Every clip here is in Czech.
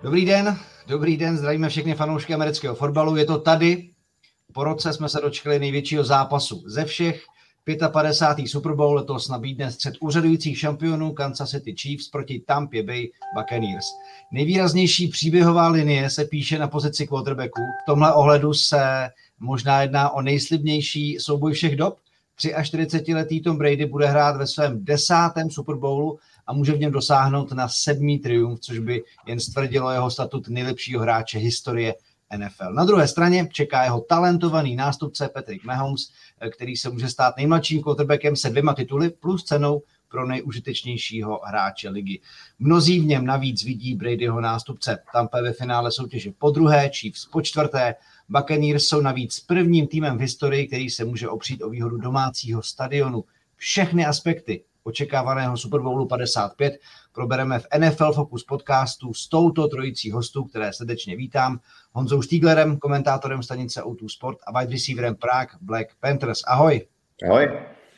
Dobrý den, zdravíme všechny fanoušky amerického fotbalu. Je to tady. Po roce jsme se dočkali největšího zápasu ze všech. 55. Super Bowl letos nabídne střet úřadujících šampionů Kansas City Chiefs proti Tampa Bay Buccaneers. Nejvýraznější příběhová linie se píše na pozici quarterbacku. V tomhle ohledu se možná jedná o nejslibnější souboj všech dob. 43letý Tom Brady bude hrát ve svém 10. Super Bowlu a může v něm dosáhnout na 7. triumf, což by jen stvrdilo jeho statut nejlepšího hráče historie NFL. Na druhé straně čeká jeho talentovaný nástupce Patrick Mahomes, který se může stát nejmladším quarterbackem se 2 tituly plus cenou pro nejužitečnějšího hráče ligy. Mnozí v něm navíc vidí Bradyho nástupce. Tampa ve finále soutěže podruhé, Chiefs po čtvrté. Buccaneers jsou navíc prvním týmem v historii, který se může opřít o výhodu domácího stadionu. Všechny aspekty očekávaného Super Bowlu 55 probereme v NFL Focus podcastu s touto trojicí hostů, které srdečně vítám. Honzou Štíglerem, komentátorem stanice O2 Sport a wide receiverem Prague Black Panthers. Ahoj. Ahoj.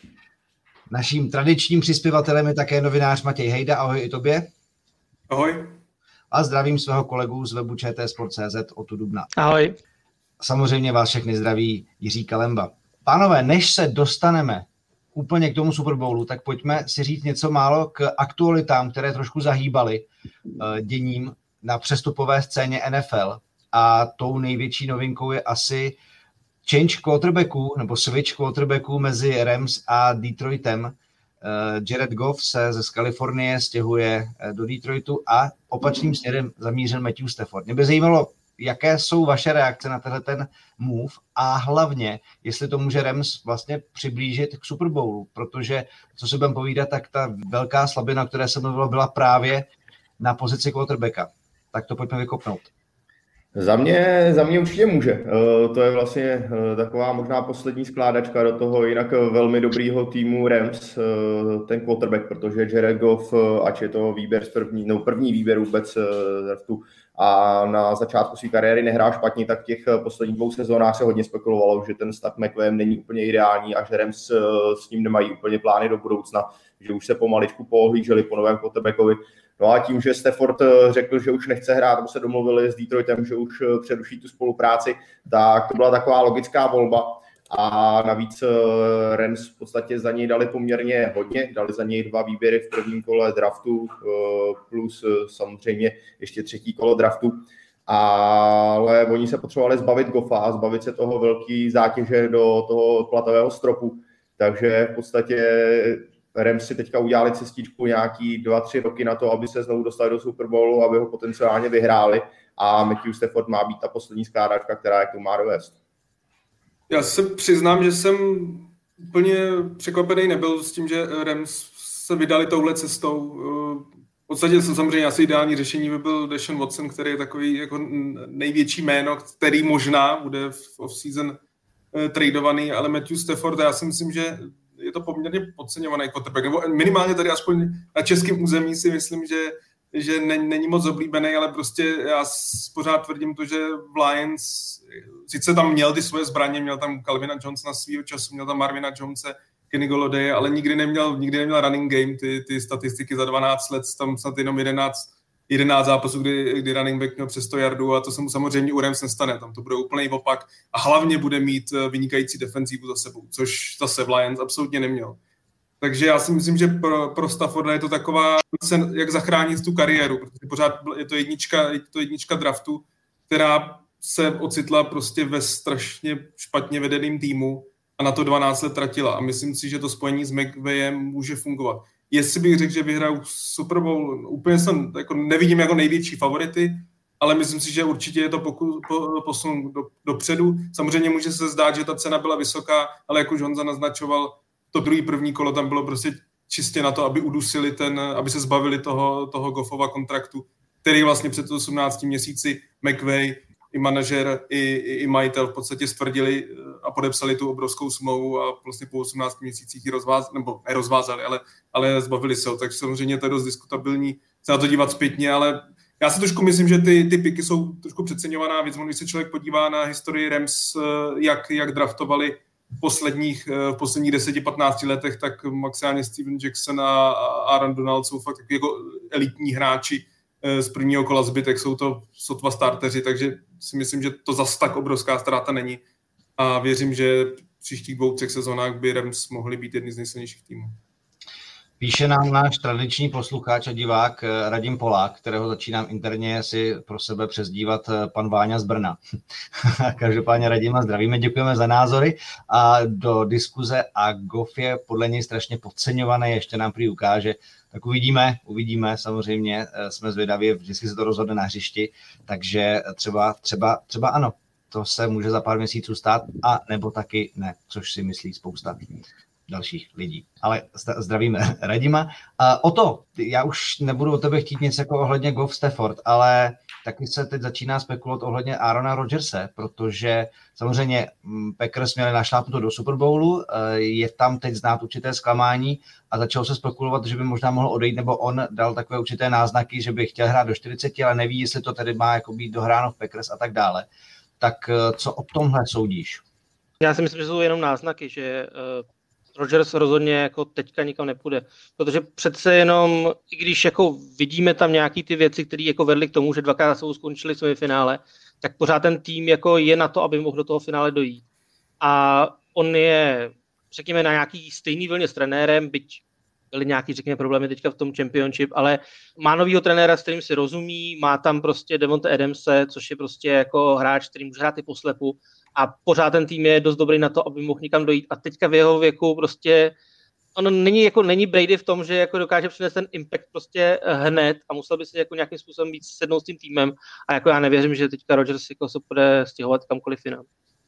Naším tradičním přispěvatelem je také novinář Matěj Hejda. Ahoj i tobě. Ahoj. A zdravím svého kolegu z webu čtsport.cz Otu Dubna. Ahoj. Samozřejmě vás všechny zdraví Jiří Kalemba. Pánové, než se dostaneme úplně k tomu Super Bowlu, tak pojďme si říct něco málo k aktualitám, které trošku zahýbaly děním na přestupové scéně NFL. A tou největší novinkou je asi change quarterbacků, nebo switch quarterbacků mezi Rams a Detroitem. Jared Goff se z Kalifornie stěhuje do Detroitu a opačným směrem zamířil Matthew Stafford. Mě by zajímalo, jaké jsou vaše reakce na ten move a hlavně, jestli to může Rams vlastně přiblížit k Super Bowlu, protože, co si budeme povídat, tak ta velká slabina, o které se mluvilo, byla právě na pozici quarterbacka. Tak to pojďme vykopnout. Za mě určitě může. To je vlastně taková možná poslední skládačka do toho jinak velmi dobrýho týmu Rams, ten quarterback, protože Jared Goff, ač je to výběr z první výběr vůbec draftu a na začátku své kariéry nehrál špatně, tak v těch posledních 2 sezónách se hodně spekulovalo, že ten start McVayem není úplně ideální a že Rams s ním nemají úplně plány do budoucna, že už se pomaličku poohlíželi po novém quarterbackovi. No a tím, že Stafford řekl, že už nechce hrát, nebo se domluvili s Detroitem, že už přeruší tu spolupráci, tak to byla taková logická volba. A navíc Rams v podstatě za něj dali poměrně hodně, dali za něj 2 výběry v prvním kole draftu, plus samozřejmě ještě 3. kolo draftu. Ale oni se potřebovali zbavit Goffa a zbavit se toho velký zátěže do toho platového stropu. Takže v podstatě Rams si teďka udělali cestičku nějaký 2-3 roky na to, aby se znovu dostali do Super Bowlu, aby ho potenciálně vyhráli a Matthew Stafford má být ta poslední skládačka, která je k tomu má dovést. Já se přiznám, že jsem úplně překvapený nebyl s tím, že Rams se vydali touhle cestou. V podstatě samozřejmě asi ideální řešení by byl Deshaun Watson, který je takový jako největší jméno, který možná bude v off-season tradovaný, ale Matthew Stafford, já si myslím, že je to poměrně podceňovaný quarterback, nebo minimálně tady aspoň na českém území si myslím, že není moc oblíbený, ale prostě já pořád tvrdím to, že v Lions sice tam měl ty svoje zbraně, měl tam Calvina Johnsona svýho času, měl tam Marvina Jonese, Kenny Golladeye, ale nikdy neměl running game, ty statistiky za 12 let, tam snad jenom 11 zápasů, kdy running back měl přes 100 yardů a to se mu samozřejmě u Rams nestane, tam to bude úplný opak a hlavně bude mít vynikající defenzivu za sebou, což zase v Lions absolutně neměl. Takže já si myslím, že pro Stafforda je to taková, jak zachránit tu kariéru, protože pořád je to jednička draftu, která se ocitla prostě ve strašně špatně vedeným týmu a na to 12 let tratila. A myslím si, že to spojení s McVayem může fungovat. Jestli bych řekl, že vyhraju Super Bowl, úplně jsem jako nevidím jako největší favority, ale myslím si, že určitě je to posun dopředu. Samozřejmě může se zdát, že ta cena byla vysoká, ale jak už Honza naznačoval, to první kolo tam bylo prostě čistě na to, aby udusili aby se zbavili toho Goffova kontraktu, který vlastně před 18 měsíci McVay i manažer, i majitel v podstatě stvrdili a podepsali tu obrovskou smlouvu a vlastně po 18 měsících ji rozvázali, ale zbavili se ho. Takže samozřejmě to je dost diskutabilní se na to dívat zpětně, ale já si trošku myslím, že ty piky jsou trošku přeceňovaná věc. Když se člověk podívá na historii Rams, jak draftovali v posledních 10-15 letech, tak maximálně Steven Jackson a Aaron Donald jsou fakt jako elitní hráči z prvního kola, zbytek jsou to sotva starteři, takže si myslím, že to zas tak obrovská ztráta není. A věřím, že v příštích 2-3 sezónách by Rams mohli být jedni z nejsilnějších týmů. Píše nám náš tradiční posluchač a divák Radim Polák, kterého začínám interně si pro sebe přezdívat pan Váňa z Brna. Každopádně Radima zdravíme, děkujeme za názory a do diskuze a Goff je podle něj strašně podceňovaný, ještě nám prý ukáže. Tak uvidíme, samozřejmě jsme zvědaví, vždycky se to rozhodne na hřišti, takže třeba ano, to se může za pár měsíců stát a nebo taky ne, což si myslí spousta dalších lidí. Ale zdravíme Radima. Já už nebudu o tebe chtít nic jako ohledně Goff Stafford, ale taky se teď začíná spekulovat ohledně Aarona Rodgerse, protože samozřejmě Packers měli našlápnuto do Super Bowlu, je tam teď znát určité zklamání a začalo se spekulovat, že by možná mohl odejít, nebo on dal takové určité náznaky, že by chtěl hrát do 40, ale neví, jestli to tedy má jako být dohráno v Packers a tak dále. Tak co o tomhle soudíš? Já si myslím, že jsou jenom náznaky, že Rodgers rozhodně jako teďka nikam nepůjde, protože přece jenom, i když jako vidíme tam nějaký ty věci, které jako vedly k tomu, že dvakrát za sebou skončili v semifinále, tak pořád ten tým jako je na to, aby mohl do toho finále dojít. A on je, řekněme, na nějaký stejný vlně s trenérem, byť byly nějaký, řekněme, problémy teďka v tom championship, ale má novýho trenéra, s kterým si rozumí, má tam prostě Devonte Adamse, což je prostě jako hráč, který může hrát i poslepu, a pořád ten tým je dost dobrý na to, aby mohl někam dojít. A teďka v jeho věku prostě on není Brady v tom, že jako dokáže přinést ten impact prostě hned a musel by se jako nějakým způsobem víc sednout s tím týmem. A jako já nevěřím, že teďka Rodgers jako se bude stěhovat kamkoliv jinam.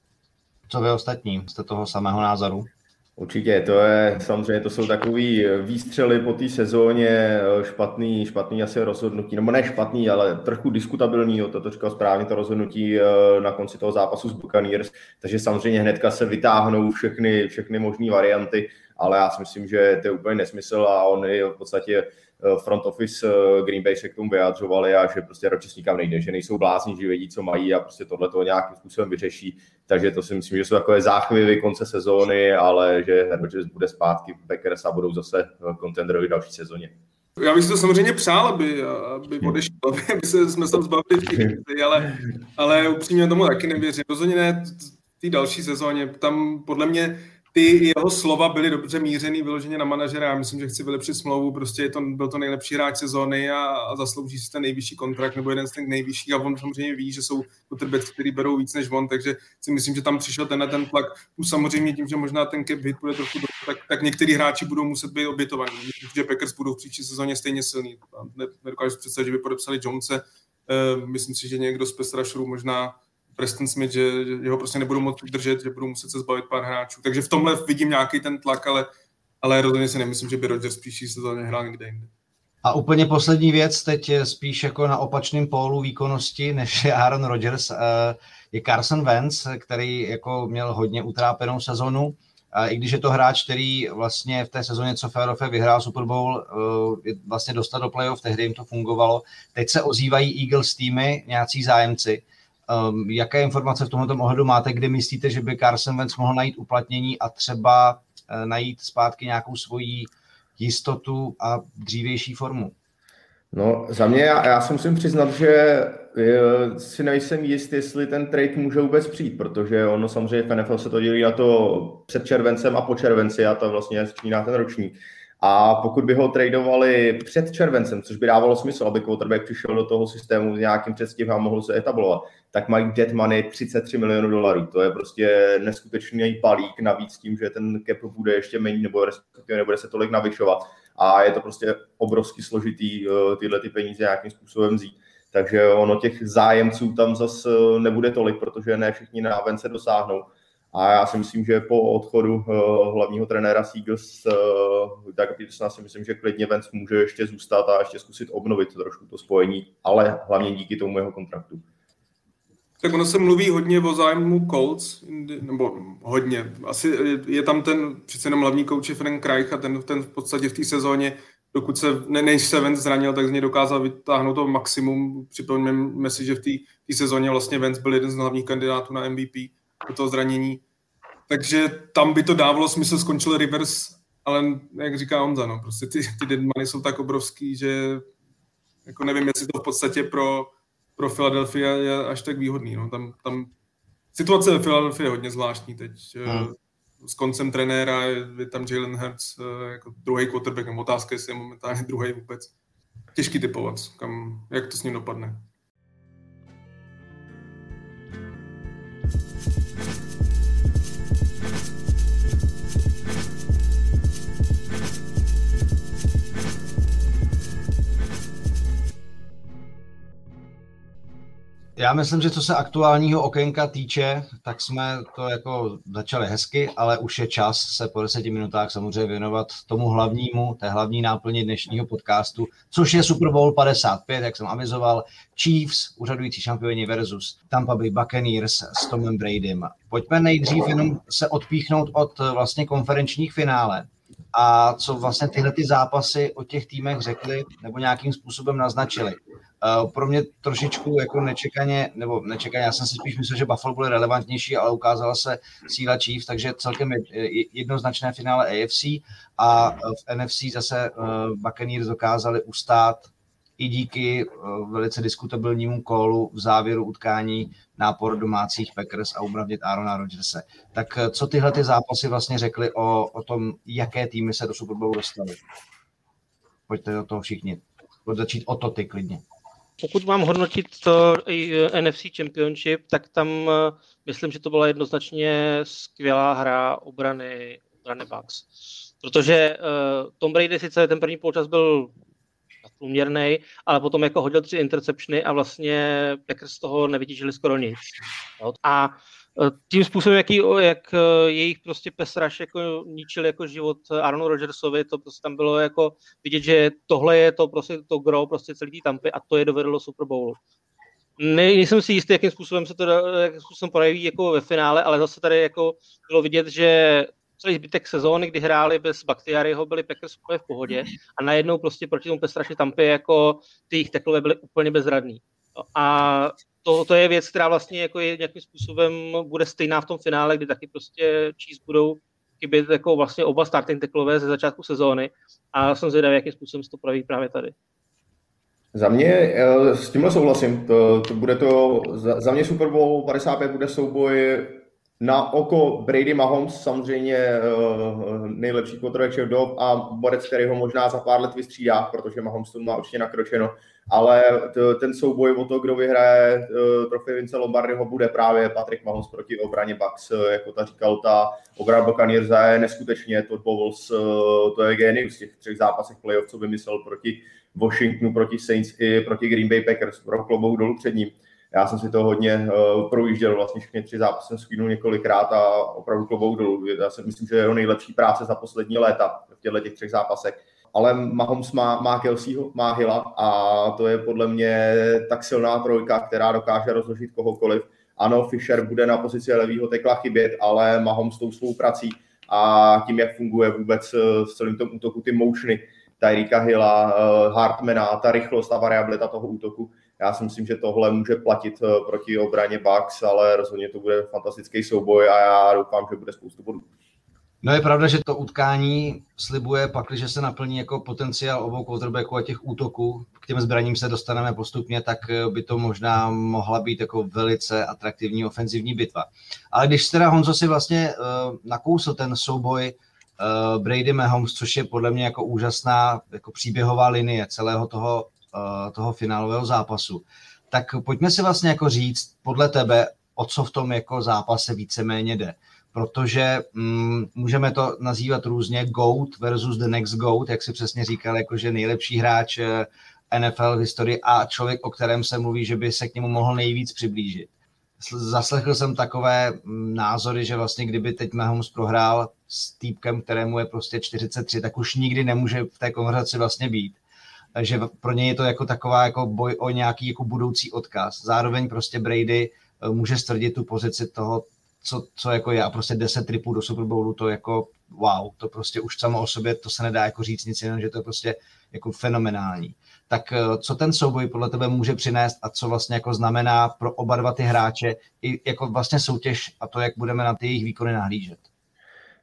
Co vy ostatní? Jste toho samého názoru? Určitě, samozřejmě to jsou takový výstřely po té sezóně, špatný asi rozhodnutí, nebo ne špatný, ale trochu diskutabilní, to říkal správně, to rozhodnutí na konci toho zápasu s Buccaneers, takže samozřejmě hnedka se vytáhnou všechny možné varianty, ale já si myslím, že to je úplně nesmysl a on je v podstatě front office Green Bay se k tomu vyjádřovali a že prostě Rodgers nikam nejde, že nejsou blázni, že vědí, co mají a prostě tohle to nějakým způsobem vyřeší. Takže to si myslím, že jsou takové záchvěvy konce sezóny, ale že Rodgers bude zpátky v Packers a budou zase contenderovi v další sezóně. Já bych si to samozřejmě přál, aby odešel, aby jsme se tam zbavili v těch, ale upřímně tomu taky nevěřím. Rozhodně ne v té další sezóně. Tam podle mě ty jeho slova byly dobře mířený vyloženě na manažera. Já myslím, že chci vylepšit smlouvu, prostě byl to nejlepší hráč sezóny a zaslouží si ten nejvyšší kontrakt nebo jeden z těch nejvyšších a on samozřejmě ví, že jsou quarterbacks, který berou víc než on, takže si myslím, že tam přišel ten tlak. Už samozřejmě tím, že možná ten cap hit bude trochu tak některý hráči budou muset být obětovaní. Myslím, že Packers budou v příští sezóně stejně silný. Nedokážu představit, že by podepsali Jonese. Myslím si, že někdo z pass rusherů, možná Preston Smith, že ho prostě nebudou moct udržet, že budou muset se zbavit pár hráčů. Takže v tomhle vidím nějaký ten tlak, ale rozhodně si nemyslím, že by Rodgers příští sezóně hrál někde jinde. A úplně poslední věc, teď je spíš jako na opačném pólu výkonnosti, než je Aaron Rodgers, je Carson Wentz, který jako měl hodně utrápenou sezonu. I když je to hráč, který vlastně v té sezóně, co Philadelphia vyhrál Super Bowl, vlastně dostal do playoff, tehdy jim to fungovalo. Teď se ozývají Eagles týmy, nějací zájemci. Jaké informace v tomto ohledu máte, kde myslíte, že by Carson Wentz mohl najít uplatnění a třeba najít zpátky nějakou svoji jistotu a dřívější formu? No za mě, já si musím přiznat, že si nejsem jist, jestli ten trade může vůbec přijít, protože ono samozřejmě v NFL se to dělí na to před červencem a po červenci a to vlastně začíná ten ročník. A pokud by ho tradovali před červencem, což by dávalo smysl, aby quarterback přišel do toho systému s nějakým předstihem a mohl se etablovat, tak mají dead money $33 milionů. To je prostě neskutečný balík, navíc tím, že ten cap bude ještě méně, nebo respektive nebude se tolik navyšovat. A je to prostě obrovsky složitý tyhle ty peníze nějakým způsobem vzít. Takže ono těch zájemců tam zase nebude tolik, protože ne všichni na Vence dosáhnou. A já si myslím, že po odchodu hlavního trenéra Eagles, tak si myslím, že klidně Vance může ještě zůstat a ještě zkusit obnovit trošku to spojení, ale hlavně díky tomu jeho kontraktu. Tak ono se mluví hodně o zájmu Colts, nebo hodně. Asi je tam ten přece jenom hlavní kouč Frank Reich a ten v podstatě v té sezóně, dokud než se Vance zranil, tak z něj dokázal vytáhnout to maximum. Připomeňme si, že v té sezóně vlastně Vance byl jeden z hlavních kandidátů na MVP do toho zranění. Takže tam by to dávalo smysl, skončil Rivers, ale jak říká Honza, no, prostě ty dead money jsou tak obrovský, že jako nevím, jestli to v podstatě pro Philadelphia je až tak výhodný. No. Tam situace ve Philadelphia je hodně zvláštní teď. S koncem trenéra je tam Jalen Hurts jako druhý quarterback. Otázka, jestli je momentálně druhý vůbec. Těžký typovat, jak to s ním dopadne. Já myslím, že co se aktuálního okénka týče, tak jsme to jako začali hezky, ale už je čas se po 10 minutách samozřejmě věnovat tomu hlavnímu, té hlavní náplni dnešního podcastu, což je Super Bowl 55, jak jsem avizoval, Chiefs, úřadující šampioni versus Tampa Bay Buccaneers s Tomem Bradym. Pojďme nejdřív jenom se odpíchnout od vlastně konferenčních finále. A co vlastně tyhle ty zápasy o těch týmech řekli nebo nějakým způsobem naznačili. Pro mě trošičku jako nečekaně, já jsem si spíš myslel, že Buffalo bude relevantnější, ale ukázala se síla Chiefs, takže celkem jednoznačné finále AFC a v NFC zase Buccaneers dokázali ustát i díky velice diskutabilnímu kólu v závěru utkání nápor domácích Packers a umravnit Aarona Rodgerse. Tak co tyhle ty zápasy vlastně řekly o tom, jaké týmy se do Super Bowlu dostaly? Pojďte do toho všichni. Pojďte začít o to ty klidně. Pokud mám hodnotit to NFC Championship, tak tam myslím, že to byla jednoznačně skvělá hra obrany Bucks. Protože Tom Brady sice ten první poločas byl průměrnej, ale potom jako hodil 3 interceptiony a vlastně Packers z toho nevytížili skoro nic. A tím způsobem, jak jejich prostě pass rush jako ničil jako život Aaronu Rodgersovi, to prostě tam bylo jako vidět, že tohle je to prostě to gro prostě celý té Tampy a to je dovedlo Super Bowlu. Nejsem si jistý, jakým způsobem se to projeví jako ve finále, ale zase tady jako bylo vidět, že celý zbytek sezóny, kdy hráli bez Bakhtiariho, byli Packers úplně v pohodě a najednou prostě proti tomu strašně Tampy jako ty jejich tackle byly úplně bezradný. A to je věc, která vlastně jako je nějakým způsobem bude stejná v tom finále, kdy taky prostě Chiefs budou chybět jako vlastně oba starting tacklové ze začátku sezóny a jsem zvědavý, jakým způsobem se to projeví právě tady. Za mě s tímhle souhlasím. Za mě Super Bowl 55 bude souboj na oko Brady Mahomes, samozřejmě nejlepší quarterback dob a borec, který ho možná za pár let vystřídá, protože Mahomes to má určitě nakročeno, ale ten souboj o to, kdo vyhraje trofej Vince Lombardiho, bude právě Patrick Mahomes proti obraně Bucks. Jako ta říkal, ta obrana Buccaneers je neskutečně, Todd Bowles, to je génius v těch 3 zápasech playoff, co vymyslel proti Washingtonu, proti Saints i proti Green Bay Packers, klobouk dolů před ním. Já jsem si to hodně projížděl, vlastně všechny 3 zápasy jsem screenul několikrát a opravdu klobouk dolů. Já si myslím, že je jeho nejlepší práce za poslední léta v těchto 3 zápasech. Ale Mahomes má Kelseyho, má Hilla a to je podle mě tak silná trojka, která dokáže rozložit kohokoliv. Ano, Fisher bude na pozici levýho tekla chybět, ale Mahomes tou svou prací a tím, jak funguje vůbec v celém tom útoku ty motiony Tyreeka Hilla, Hartmana, ta rychlost a variabilita toho útoku. Já si myslím, že tohle může platit proti obraně Bucks, ale rozhodně to bude fantastický souboj a já doufám, že bude spoustu bodů. No je pravda, že to utkání slibuje pakliže se naplní jako potenciál obou quarterbacků a těch útoků, k těm zbraním se dostaneme postupně, tak by to možná mohla být jako velice atraktivní ofenzivní bitva. Ale když teda Honzo si vlastně nakousl ten souboj Brady Mahomes, což je podle mě jako úžasná jako příběhová linie celého toho finálového zápasu, tak pojďme si vlastně jako říct podle tebe, o co v tom jako zápase víceméně jde. Protože můžeme to nazývat různě GOAT versus the next GOAT, jak si přesně říkal, jakože nejlepší hráč NFL v historii a člověk, o kterém se mluví, že by se k němu mohl nejvíc přiblížit. Zaslechl jsem takové názory, že vlastně kdyby teď Mahomes prohrál s týpkem, kterému je prostě 43, tak už nikdy nemůže v té konverzaci vlastně být. Takže pro něj je to jako taková jako boj o nějaký jako budoucí odkaz. Zároveň prostě Brady může stvrdit tu pozici toho, co jako je a prostě 10 tripů do Super Bowlu, to jako wow, to prostě už samo o sobě, to se nedá jako říct nic jiného, že to je prostě jako fenomenální. Tak co ten souboj podle tebe může přinést a co vlastně jako znamená pro oba dva ty hráče i jako vlastně soutěž a to, jak budeme na ty jejich výkony nahlížet?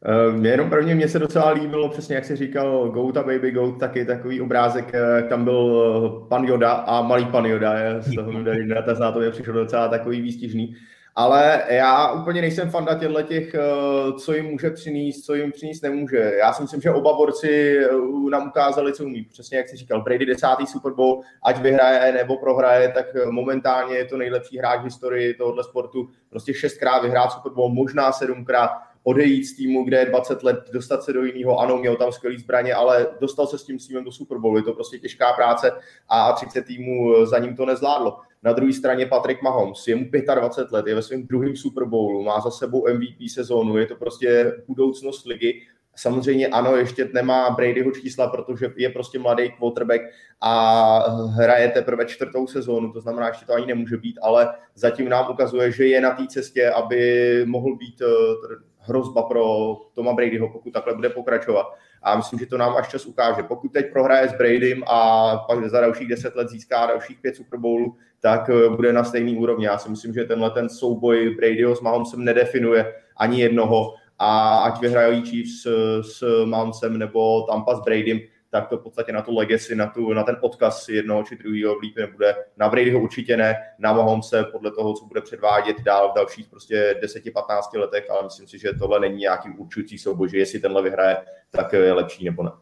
Mně se docela líbilo, přesně jak jsi říkal, Goat a Baby Goat, taky takový obrázek, tam byl pan Yoda a malý pan Yoda, z toho data to mě přišlo docela takový výstižný. Ale já úplně nejsem fanda těch, co jim může přinést, co jim přinést nemůže. Já si myslím, že oba borci nám ukázali, co umí. Přesně jak jsi říkal, Brady 10. Super Bowl, ať vyhraje nebo prohraje, tak momentálně je to nejlepší hráč v historii tohoto sportu. Prostě 6krát vyhrát Super Bowl, možná 7krát. Odejít z týmu, kde je 20 let, dostat se do jiného, ano, měl tam skvělý zbraně, ale dostal se s tím týmem do Super Bowlu, je to prostě těžká práce a 30 týmů za ním to nezvládlo. Na druhé straně Patrick Mahomes, je mu 25 let, je ve svém druhém Super Bowlu, má za sebou MVP sezónu, je to prostě budoucnost ligy. Samozřejmě ano, ještě nemá Bradyho čísla, protože je prostě mladý quarterback a hraje teprve 4. sezónu, to znamená, ještě to ani nemůže být, ale zatím nám ukazuje, že je na té cestě, aby mohl být hrozba pro Toma Bradyho, pokud takhle bude pokračovat. A myslím, že to nám až čas ukáže. Pokud teď prohraje s Bradym a pak za dalších 10 let získá dalších 5 Super Bowlů, tak bude na stejný úrovni. Já si myslím, že ten souboj Bradyho s Mahomesem nedefinuje ani jednoho a ať vyhrají Chiefs s Mahomesem nebo Tampa s Bradym, tak to v podstatě na tu legacy, na ten odkaz jednoho či druhého líp nebude. Na Bradyho určitě ne, na Mahomese podle toho, co bude předvádět dál v dalších prostě 10-15 letech, ale myslím si, že tohle není nějaký určující souboj, že jestli tenhle vyhraje, tak je lepší nebo ne.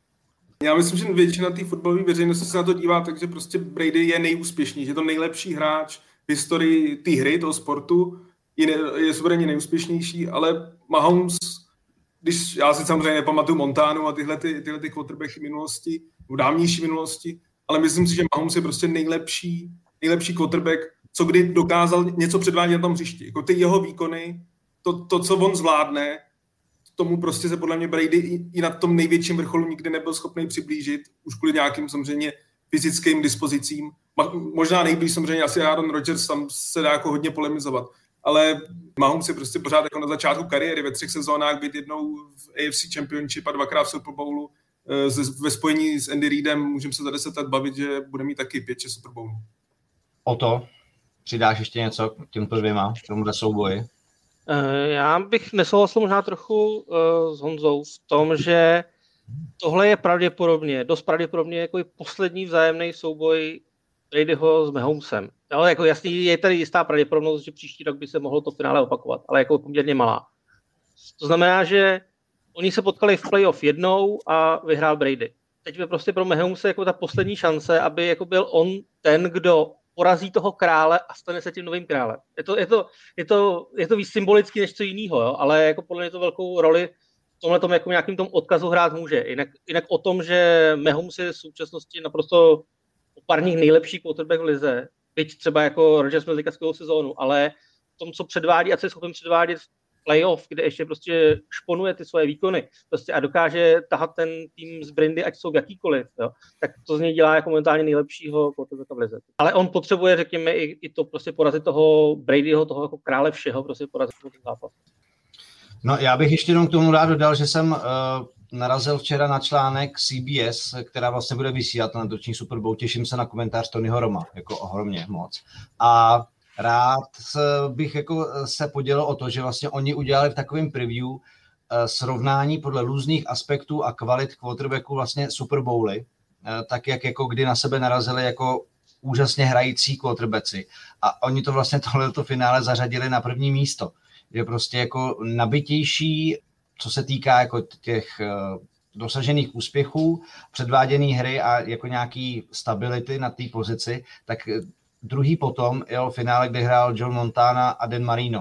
Já myslím, že většina té fotbalové veřejnosti se na to dívá, takže prostě Brady je nejúspěšnější, je to nejlepší hráč v historii té hry, toho sportu, je suverénně nejúspěšnější, ale Mahomes, když já si samozřejmě nepamatuju Montanu a tyhle quarterbacky minulosti, v dávnější minulosti, ale myslím si, že Mahomes je prostě nejlepší quarterback, co kdy dokázal něco předvádět na tom hřišti. Jako ty jeho výkony, to, co on zvládne, tomu prostě se podle mě Brady i na tom největším vrcholu nikdy nebyl schopný přiblížit, už kvůli nějakým samozřejmě fyzickým dispozicím. Možná nejblíž samozřejmě asi Aaron Rodgers, tam se dá jako hodně polemizovat. Ale Mahomes je prostě pořád jako na začátku kariéry, ve 3 sezónách být jednou v AFC Championship a 2krát v Super Bowlu. Ve spojení s Andy Reidem můžeme se za 10 let bavit, že bude mít taky 5-6 Super Bowlů. O to přidáš ještě něco k těmto dvěma, k tomuhle souboji? Já bych nesouhlasil možná trochu s Honzou v tom, že tohle je dost pravděpodobně jako poslední vzájemný souboj Bradyho s Mahomesem. Ale jako jasný, je tady jistá pravděpodobnost, že příští rok by se mohlo to finále opakovat, ale jako poměrně malá. To znamená, že oni se potkali v playoff jednou a vyhrál Brady. Teď je prostě pro Mahomese jako ta poslední šance, aby jako byl on ten, kdo porazí toho krále a stane se tím novým králem. Je to víc symbolický než co jiného, jo? Ale jako podle mě to velkou roli v tomhletom jako nějakým tom odkazu hrát může. Jinak o tom, že Mahomes je v současnosti naprosto pár nich nejlepší quarterback v lize, byť třeba jako Rodgers měl teďka skvělou sezónu, ale v tom, co předvádí a co je schopen předvádět v playoff, kde ještě prostě šponuje ty svoje výkony prostě a dokáže tahat ten tým z Brandy, ať jsou jakýkoliv, jo, tak to z něj dělá jako momentálně nejlepšího quarterbacka v lize. Ale on potřebuje, řekněme, i to prostě porazit toho Bradyho, toho jako krále všeho, prostě porazit ten zápas. No, já bych ještě jenom k tomu rád dodal, že jsem narazil včera na článek CBS, která vlastně bude vysílat na letošní Super Bowl. Těším se na komentář Tonyho Roma, jako ohromně moc. A rád bych jako se podělil o to, že vlastně oni udělali v takovém preview srovnání podle různých aspektů a kvalit quarterbacků vlastně Super Bowly, tak jak jako kdy na sebe narazili jako úžasně hrající quarterbacki. A oni to vlastně tohleto finále zařadili na první místo. Že prostě jako nabitější, co se týká jako těch dosažených úspěchů, předváděné hry a jako nějaký stability na té pozici, tak druhý potom jel finále, kde hrál Joe Montana a Dan Marino.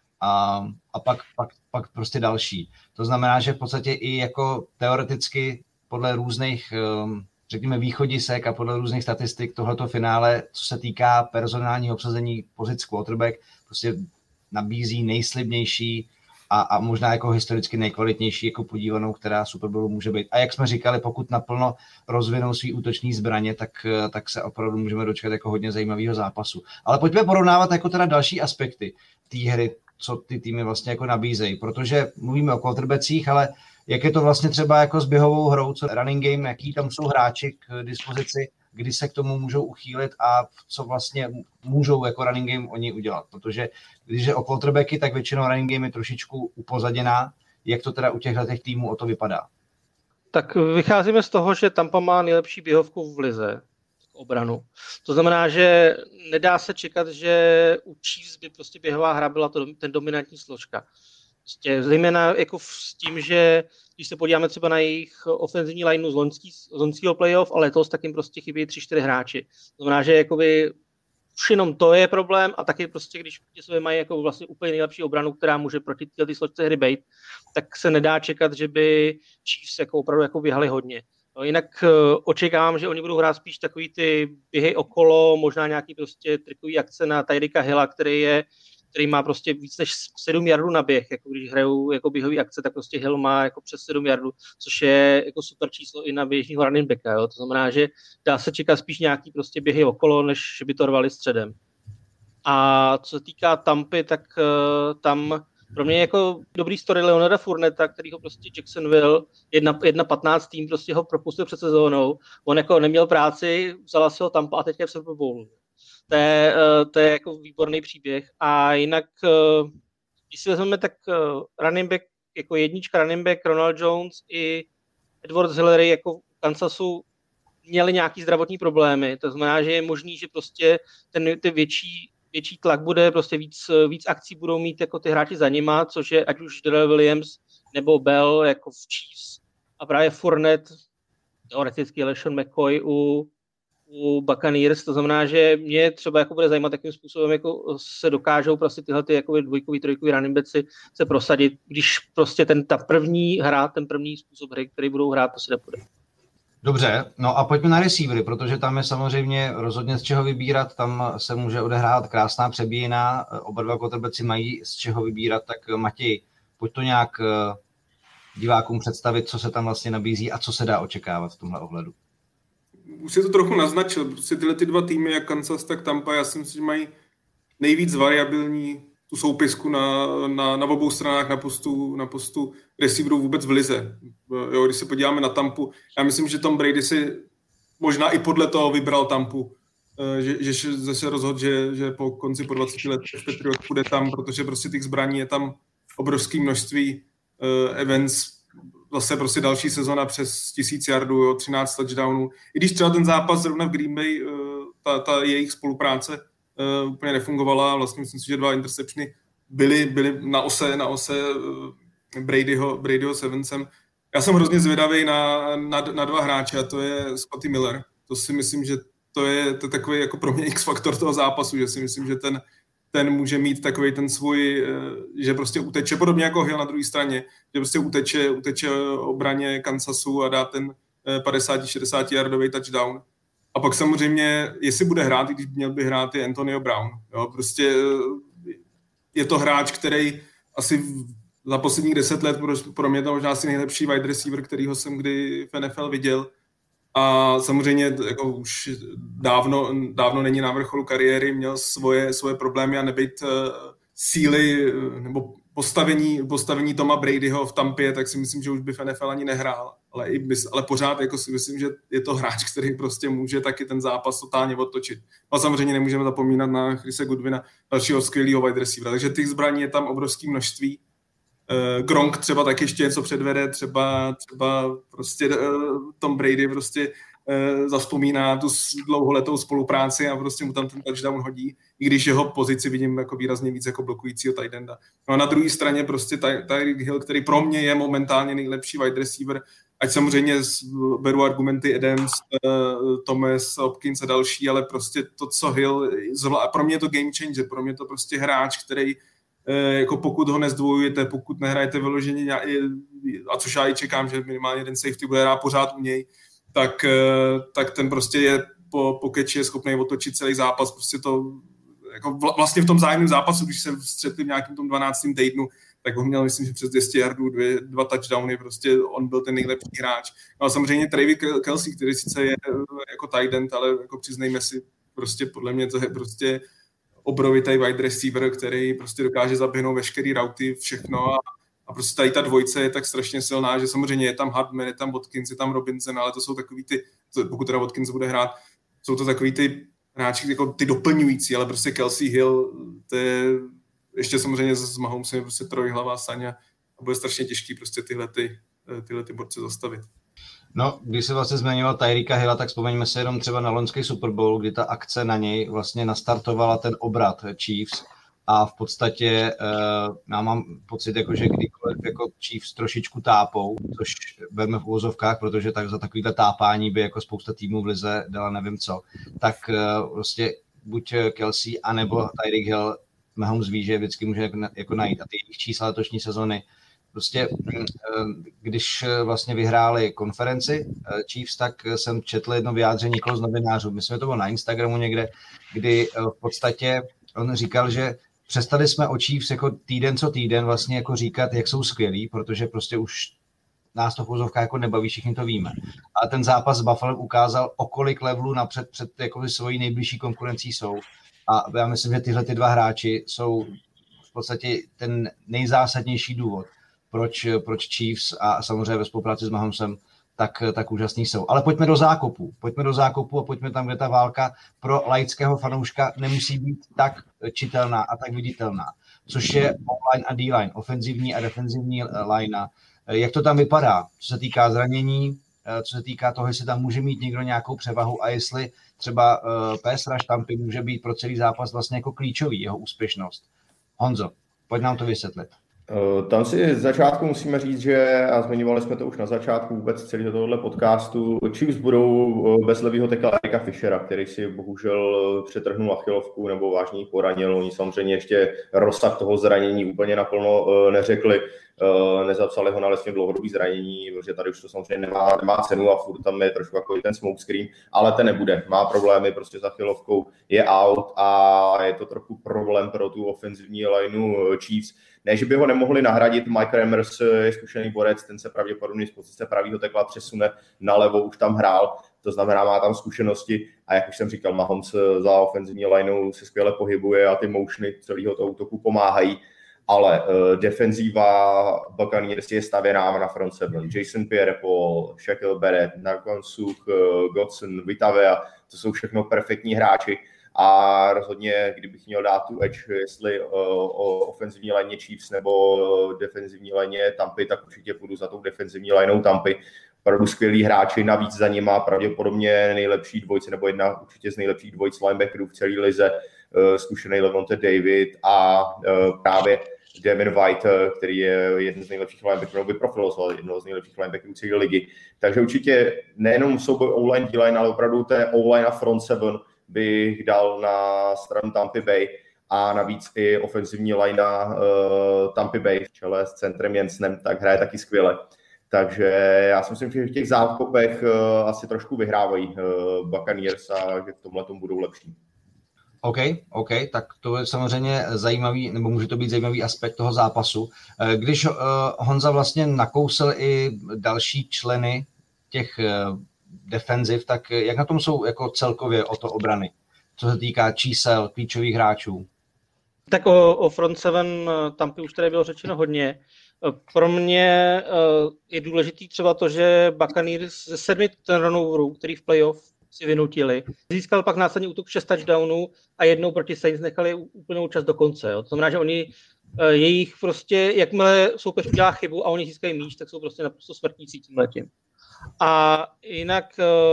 A pak prostě další. To znamená, že v podstatě i jako teoreticky podle různých, řekněme, východisek a podle různých statistik tohleto finále, co se týká personálního obsazení pozic quarterback, prostě nabízí nejslibnější a možná jako historicky nejkvalitnější jako podívanou, která Super Bowlu může být. A jak jsme říkali, pokud naplno rozvinou svý útoční zbraně, tak se opravdu můžeme dočkat jako hodně zajímavého zápasu. Ale pojďme porovnávat jako teda další aspekty té hry, co ty týmy vlastně jako nabízejí, protože mluvíme o quarterbackích, ale jak je to vlastně třeba jako s běhovou hrou, co running game, jaký tam jsou hráči k dispozici, kdy se k tomu můžou uchýlit a co vlastně můžou jako running game oni udělat. Protože když je o quarterbacky, tak většinou running game je trošičku upozaděná, jak to teda u těchto týmů o to vypadá? Tak vycházíme z toho, že Tampa má nejlepší běhovku v lize, obranu. To znamená, že nedá se čekat, že u Chiefs by prostě běhová hra byla ten dominantní složka. Prostě zejména jako s tím, že když se podíváme třeba na jejich ofenzivní lineu z loňského playoff, ale letos tak jim prostě chybí 3-4 hráči. To znamená, že jakoby už jenom to je problém a taky prostě, když sobě mají jako vlastně úplně nejlepší obranu, která může proti té složce hry bejt, tak se nedá čekat, že by Chiefs jako opravdu jako běhali hodně. No, jinak očekávám, že oni budou hrát spíš takový ty běhy okolo, možná nějaký prostě trikový akce na Tyricka Hilla, který má prostě víc než 7 yardů na běh. Jako když hrajou jako běhový akce, tak prostě Hill má jako přes 7 yardů, což je jako super číslo i na běžního running backa. Jo? To znamená, že dá se čekat spíš nějaký prostě běhy okolo, než by to rvali středem. A co se týká Tampy, tak tam pro mě jako dobrý story Leonarda Fournetta, který ho prostě Jacksonville 1-15 tým prostě ho propustil před sezónou. On jako neměl práci, vzala si ho Tampa a teďka je v Super Bowlu. To je jako výborný příběh. A jinak, když si vezmeme, tak running back, jako jednička running back, Ronald Jones i Edwards Hillary jako v Kansasu měli nějaký zdravotní problémy. To znamená, že je možný, že prostě ten větší tlak bude, prostě víc akcí budou mít jako ty hráči za nima, což je ať už Darrell Williams nebo Bell jako v Chiefs a právě Fournette, teoreticky LeSean McCoy u Buccaneers, to znamená, že mě třeba jako bude zajímat, jakým způsobem jako se dokážou prostě tyhle ty jako dvojkový, trojkový running backi se prosadit, když prostě ten první způsob hry, který budou hrát, to se nepůjde. Dobře, no a pojďme na receivery, protože tam je samozřejmě rozhodně z čeho vybírat, tam se může odehrát krásná přebíjina, oba dva quarterbacki mají z čeho vybírat, tak Matěj, pojď to nějak divákům představit, co se tam vlastně nabízí a co se dá očekávat v tomhle ohledu. Už si to trochu naznačil, prostě tyhle ty dva týmy, jak Kansas, tak Tampa, já si myslím, že mají nejvíc variabilní tu soupisku na obou stranách na postu receiverů vůbec v lize. Jo, když se podíváme na Tampu, já myslím, že Tom Brady si možná i podle toho vybral Tampu, že se rozhodl, že po konci po 20 letech v Patriot půjde tam, protože prostě těch zbraní je tam obrovské množství. Evans zase prostě další sezona přes 1000 yardů, 13 touchdownů. I když třeba ten zápas zrovna v Green Bay, ta jejich spolupráce úplně nefungovala, vlastně myslím si, že 2 interceptiony byly na ose Bradyho s Evansem. Já jsem hrozně zvědavý na 2 hráče, a to je Scotty Miller. To si myslím, že to je takový jako pro mě X-faktor toho zápasu, že si myslím, že ten může mít takový ten svůj, že prostě uteče, podobně jako Hill na druhé straně, že prostě uteče obraně Kansasu a dá ten 50-60 yardový touchdown. A pak samozřejmě, jestli bude hrát, když měl by hrát, je Antonio Brown. Jo, prostě je to hráč, který asi za posledních 10 let pro mě to možná asi nejlepší wide receiver, kterýho jsem kdy v NFL viděl. A samozřejmě jako už dávno není na vrcholu kariéry, měl svoje problémy a nebejt síly nebo postavení Toma Bradyho v Tampě, tak si myslím, že už by v NFL ani nehrál. Ale pořád jako si myslím, že je to hráč, který prostě může taky ten zápas totálně otočit. A samozřejmě nemůžeme zapomínat na Chrise Goodwina, dalšího skvělého wide receivera. Takže těch zbraní je tam obrovské množství. Gronk třeba tak ještě něco předvede, třeba prostě Tom Brady prostě zavzpomíná tu dlouholetou spolupráci a prostě mu tam ten touchdown hodí, i když jeho pozici vidím jako výrazně víc jako blokujícího tight enda. No a na druhé straně prostě Tyreek Hill, který pro mě je momentálně nejlepší wide receiver, ať samozřejmě beru argumenty Adams, Thomas, Hopkins a další, ale prostě to, co Hill, pro mě je to game changer, pro mě je to prostě hráč, který jako pokud ho nezdvojujete, pokud nehrajete vyloženě, a což já i čekám, že minimálně jeden safety bude hrát pořád u něj, tak ten prostě je po catchi je schopný otočit celý zápas, prostě to jako vlastně v tom zájemném zápasu, když se střetli v nějakém tom 12. týdnu, tak ho měl, myslím, že přes 200 yardů, 2 touchdowny, prostě on byl ten nejlepší hráč. No a samozřejmě Travis Kelce, který sice je jako tight end, ale jako přiznejme si, prostě podle mě to je prostě obrovitý wide receiver, který prostě dokáže zaběhnout veškerý routy, všechno a prostě tady ta dvojce je tak strašně silná, že samozřejmě je tam Hardman, je tam Watkins, je tam Robinson, ale to jsou takový ty, pokud teda Watkins bude hrát, jsou to takový ty hráči, jako ty doplňující, ale prostě Kelce Hill, to je ještě samozřejmě s Mahomesem prostě trojhlavá saň a a bude strašně těžký prostě tyhle ty borce zastavit. No, když se vlastně zmiňoval Tyreeka Hilla, tak vzpomeňme se jenom třeba na loňský Super Bowl, kdy ta akce na něj vlastně nastartovala ten obrat Chiefs a v podstatě já mám pocit, jako, že kdykoliv jako Chiefs trošičku tápou, což berme v uvozovkách, protože tak za takovýhle tápání by jako spousta týmů v lize dala nevím co, tak prostě buď Kelsey anebo Tyreek Hill Mahomes ví, že vždycky může jako najít a ty jejich čísla letošní sezony. Prostě když vlastně vyhráli konferenci Chiefs, tak jsem četl jedno vyjádření někoho z novinářů, myslím, že to bylo na Instagramu někde, kdy v podstatě on říkal, že přestali jsme o Chiefs jako týden co týden vlastně jako říkat, jak jsou skvělí, protože prostě už nás to v úzovkách jako nebaví, všichni to víme. A ten zápas s Buffalo ukázal, o kolik levelů napřed před jako svojí nejbližší konkurencí jsou. A já myslím, že tyhle ty dva hráči jsou v podstatě ten nejzásadnější důvod, proč Chiefs a samozřejmě ve spolupráci s Mahomesem tak úžasný jsou. Ale pojďme do zákopu a pojďme tam, kde ta válka pro laického fanouška nemusí být tak čitelná a tak viditelná, což je O-line a D-line, ofenzivní a defenzivní linea. Jak to tam vypadá, co se týká zranění, co se týká toho, jestli tam může mít někdo nějakou převahu a jestli třeba pass rush Tampy může být pro celý zápas vlastně jako klíčový, jeho úspěšnost. Honzo, pojď nám to vysvětlit. Tam si z začátku musíme říct, že, a zmiňovali jsme to už na začátku vůbec celý tohohle podcastu, Chiefs budou bez levýho tekla Erika Fishera, který si bohužel přetrhnul achilovku nebo vážně ji poranil. Oni samozřejmě ještě rozsah toho zranění úplně naplno neřekli, nezapsali ho na vlastně dlouhodobý zranění, protože tady už to samozřejmě nemá cenu a furt tam je trošku jako ten smokescreen, ale ten nebude. Má problémy prostě s achilovkou, je out a je to trochu problém pro tu ofenzivní lineu Chiefs. Ne, že by ho nemohli nahradit, Mike Remmers je zkušený borec, ten se pravděpodobně z pozice pravýho tekla přesune na levo, už tam hrál, to znamená, má tam zkušenosti a jak už jsem říkal, Mahomes za ofenzivní lineou se skvěle pohybuje a ty motiony celého toho útoku pomáhají, ale defenzíva Buccaneers je stavěná na front seven. Jason Pierre-Paul, Shaquille Barrett, Narquan Suh, Godson, Vitavea, to jsou všechno perfektní hráči. A rozhodně, kdybych měl dát tu edge, jestli o ofenzivní lině Chiefs nebo defenzivní lině Tampy, tak určitě půjdu za tou defenzivní linou Tampy. Opravdu skvělí hráči, navíc za nima pravděpodobně nejlepší dvojce, nebo jedna určitě z nejlepších dvojic linebackerů v celé lize, zkušený Levante David a právě Devin White, který je jeden z nejlepších linebackerů, by profiloval jednoho z nejlepších linebackerů celé ligy. Takže určitě nejenom souboj O-line, D-line, ale opravdu té O-line a front seven bych dal na stranu Tampa Bay a navíc i ofenzivní linea Tampa Bay v čele s centrem Jensenem, tak hraje taky skvěle. Takže já si myslím, že v těch zákopech asi trošku vyhrávají Buccaneers a že v tomhle tomu budou lepší. OK, tak to je samozřejmě zajímavý, nebo může to být zajímavý aspekt toho zápasu. Když Honza vlastně nakousl i další členy těch defenziv, tak jak na tom jsou jako celkově o to obrany, co se týká čísel, klíčových hráčů? Tak o front seven Tampy už tady bylo řečeno hodně. Pro mě je důležitý třeba to, že Buccaneers ze 7 turnoverů, který v playoff si vynutili, získal pak následně útok 6 touchdownů a jednou proti Saints nechali úplnou čas do konce. Jo. To znamená, že oni jejich prostě, jakmile soupeř udělá chybu a oni získají míč, tak jsou prostě naprosto smrtící tímhletím. A jinak